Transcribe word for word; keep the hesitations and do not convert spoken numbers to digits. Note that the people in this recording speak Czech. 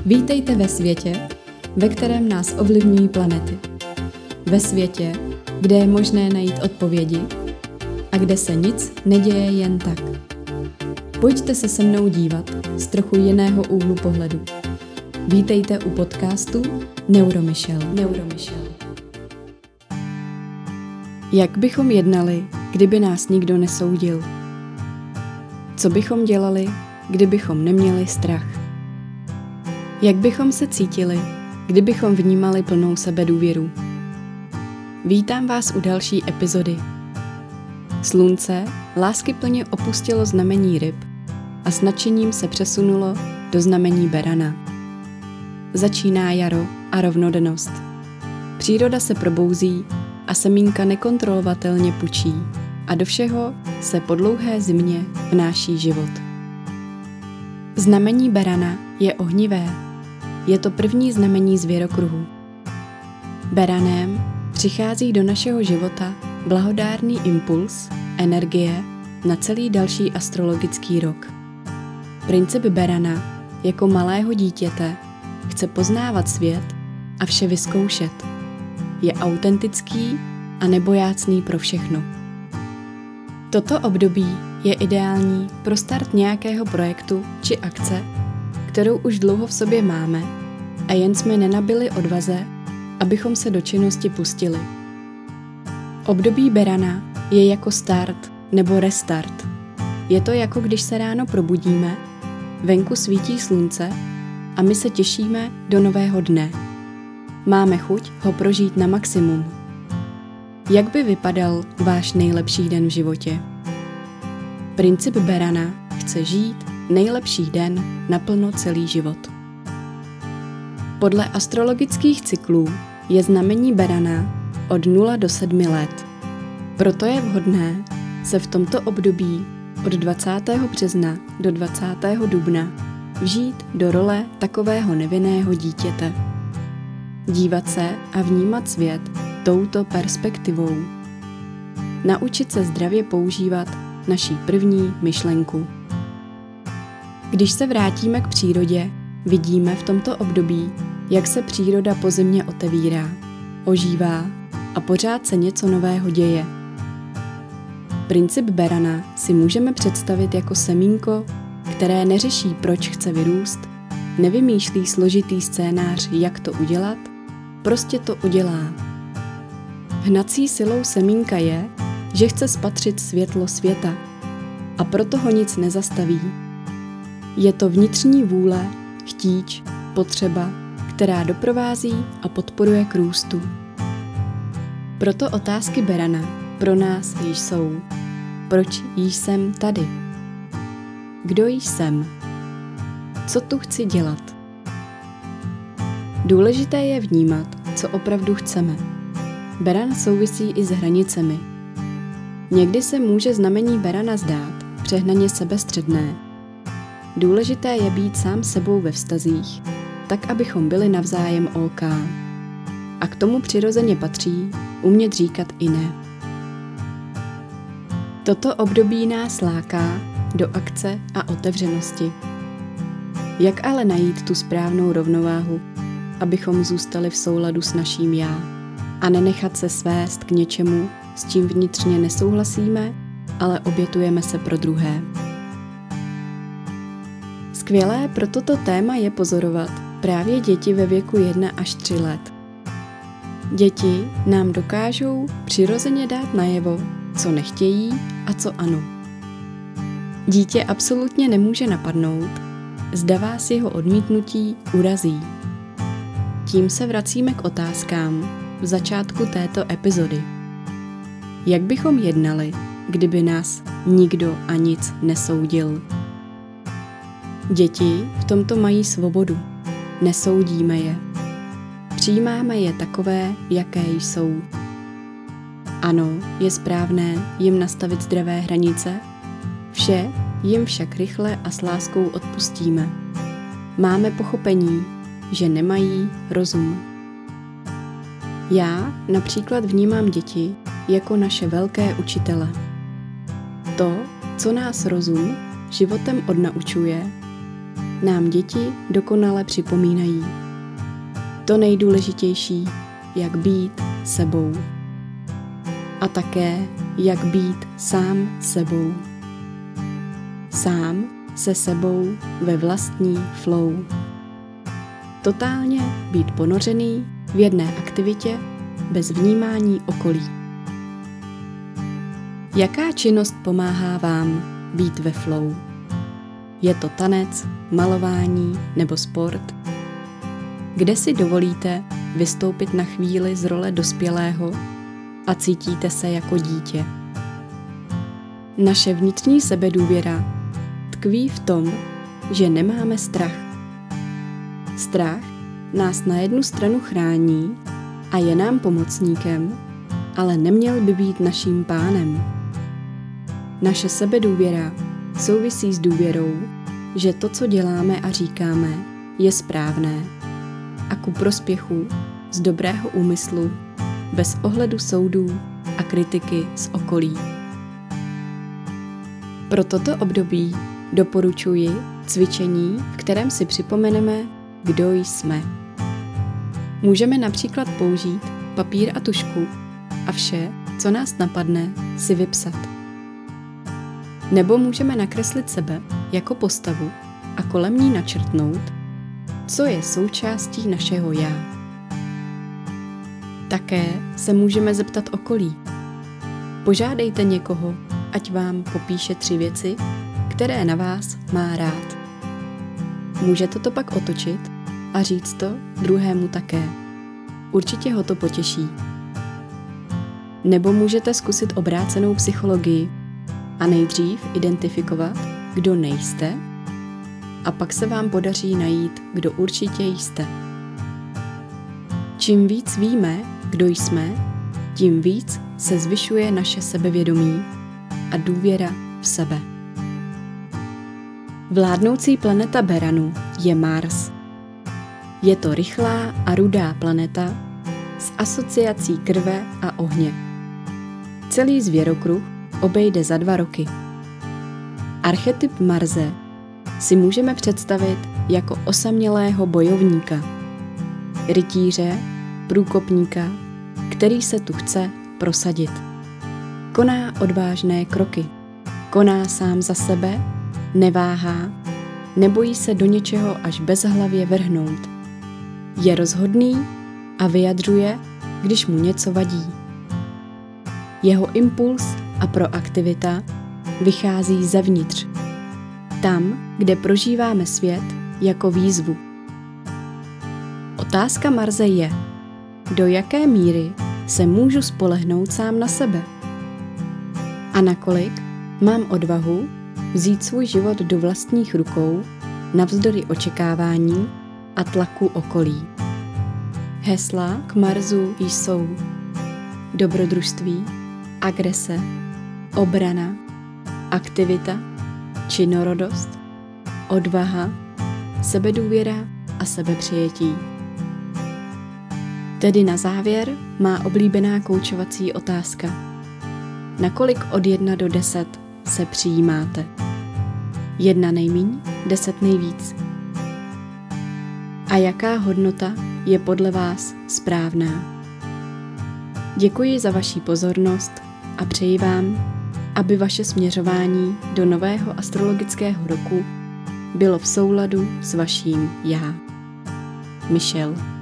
Vítejte ve světě, ve kterém nás ovlivňují planety. Ve světě, kde je možné najít odpovědi a kde se nic neděje jen tak. Pojďte se se mnou dívat z trochu jiného úhlu pohledu. Vítejte u podcastu Neuromyšel. Neuromyšel. Jak bychom jednali, kdyby nás nikdo nesoudil? Co bychom dělali, kdybychom neměli strach? Jak bychom se cítili, kdybychom vnímali plnou sebedůvěru? Vítám vás u další epizody. Slunce láskyplně opustilo znamení ryb a s nadšením se přesunulo do znamení berana. Začíná jaro a rovnodennost. Příroda se probouzí a semínka nekontrolovatelně pučí a do všeho se po dlouhé zimě vnáší život. Znamení berana je ohnivé. Je to první znamení zvěrokruhu. Beranem přichází do našeho života blahodárný impuls, energie na celý další astrologický rok. Princip berana jako malého dítěte chce poznávat svět a vše vyzkoušet. Je autentický a nebojácný pro všechno. Toto období je ideální pro start nějakého projektu či akce, kterou už dlouho v sobě máme a jen jsme nenabili odvaze, abychom se do činnosti pustili. Období berana je jako start nebo restart. Je to jako když se ráno probudíme, venku svítí slunce a my se těšíme do nového dne. Máme chuť ho prožít na maximum. Jak by vypadal váš nejlepší den v životě? Princip berana chce žít nejlepší den naplno celý život. Podle astrologických cyklů je znamení berana od nula do sedmi let. Proto je vhodné se v tomto období od dvacátého března do dvacátého dubna vžít do role takového nevinného dítěte. Dívat se a vnímat svět touto perspektivou. Naučit se zdravě používat naší první myšlenku. Když se vrátíme k přírodě, vidíme v tomto období, jak se příroda pozemně otevírá, ožívá a pořád se něco nového děje. Princip berana si můžeme představit jako semínko, které neřeší, proč chce vyrůst, nevymýšlí složitý scénář, jak to udělat, prostě to udělá. Hnací silou semínka je, že chce spatřit světlo světa a proto ho nic nezastaví. Je to vnitřní vůle, chtíč, potřeba, která doprovází a podporuje k růstu. Proto otázky berana pro nás již jsou: proč již jsem tady? Kdo již jsem? Co tu chci dělat? Důležité je vnímat, co opravdu chceme. Beran souvisí i s hranicemi. Někdy se může znamení berana zdát přehnaně sebestředné. Důležité je být sám sebou ve vztazích, tak abychom byli navzájem OK. A k tomu přirozeně patří umět říkat i ne. Toto období nás láká do akce a otevřenosti. Jak ale najít tu správnou rovnováhu, abychom zůstali v souladu s naším já a nenechat se svést k něčemu, s čím vnitřně nesouhlasíme, ale obětujeme se pro druhé. Skvělé pro toto téma je pozorovat právě děti ve věku jedna až tři let. Děti nám dokážou přirozeně dát najevo, co nechtějí a co ano. Dítě absolutně nemůže napadnout, zda vás jeho odmítnutí urazí. Tím se vracíme k otázkám v začátku této epizody. Jak bychom jednali, kdyby nás nikdo a nic nesoudil? Děti v tomto mají svobodu. Nesoudíme je. Přijímáme je takové, jaké jsou. Ano, je správné jim nastavit zdravé hranice, vše jim však rychle a s láskou odpustíme. Máme pochopení, že nemají rozum. Já například vnímám děti jako naše velké učitele. To, co nás rozum životem odnaučuje, nám děti dokonale připomínají to nejdůležitější, jak být sebou. A také, jak být sám sebou. Sám se sebou ve vlastní flow. Totálně být ponořený v jedné aktivitě bez vnímání okolí. Jaká činnost pomáhá vám být ve flow? Je to tanec, malování nebo sport? Kde si dovolíte vystoupit na chvíli z role dospělého a cítíte se jako dítě? Naše vnitřní sebedůvěra tkví v tom, že nemáme strach. Strach nás na jednu stranu chrání a je nám pomocníkem, ale neměl by být naším pánem. Naše sebedůvěra souvisí s důvěrou, že to, co děláme a říkáme, je správné a ku prospěchu z dobrého úmyslu, bez ohledu soudů a kritiky z okolí. Pro toto období doporučuji cvičení, v kterém si připomeneme, kdo jsme. Můžeme například použít papír a tužku a vše, co nás napadne, si vypsat. Nebo můžeme nakreslit sebe jako postavu a kolem ní načrtnout, co je součástí našeho já. Také se můžeme zeptat okolí. Požádejte někoho, ať vám popíše tři věci, které na vás má rád. Můžete to pak otočit a říct to druhému také. Určitě ho to potěší. Nebo můžete zkusit obrácenou psychologii a nejdřív identifikovat, kdo nejste, a pak se vám podaří najít, kdo určitě jste. Čím víc víme, kdo jsme, tím víc se zvyšuje naše sebevědomí a důvěra v sebe. Vládnoucí planeta Beranu je Mars. Je to rychlá a rudá planeta s asociací krve a ohně. Celý zvěrokruh obejde za dva roky. Archetyp Marse si můžeme představit jako osamělého bojovníka, rytíře, průkopníka, který se tu chce prosadit. Koná odvážné kroky, koná sám za sebe, neváhá, nebojí se do něčeho až bezhlavě vrhnout. Je rozhodný a vyjadřuje, když mu něco vadí. Jeho impuls a proaktivita vychází zevnitř, tam, kde prožíváme svět jako výzvu. Otázka Marse je, do jaké míry se můžu spolehnout sám na sebe? A nakolik mám odvahu vzít svůj život do vlastních rukou navzdory očekávání a tlaku okolí? Hesla k Marsu jsou dobrodružství, agrese, obrana, aktivita, činorodost, odvaha, sebedůvěra a sebepřijetí. Tedy na závěr má oblíbená koučovací otázka. Nakolik od jedna do deset se přijímáte? Jedna nejmíň, deset nejvíc. A jaká hodnota je podle vás správná? Děkuji za vaši pozornost a přeji vám, aby vaše směřování do nového astrologického roku bylo v souladu s vaším já. Michelle.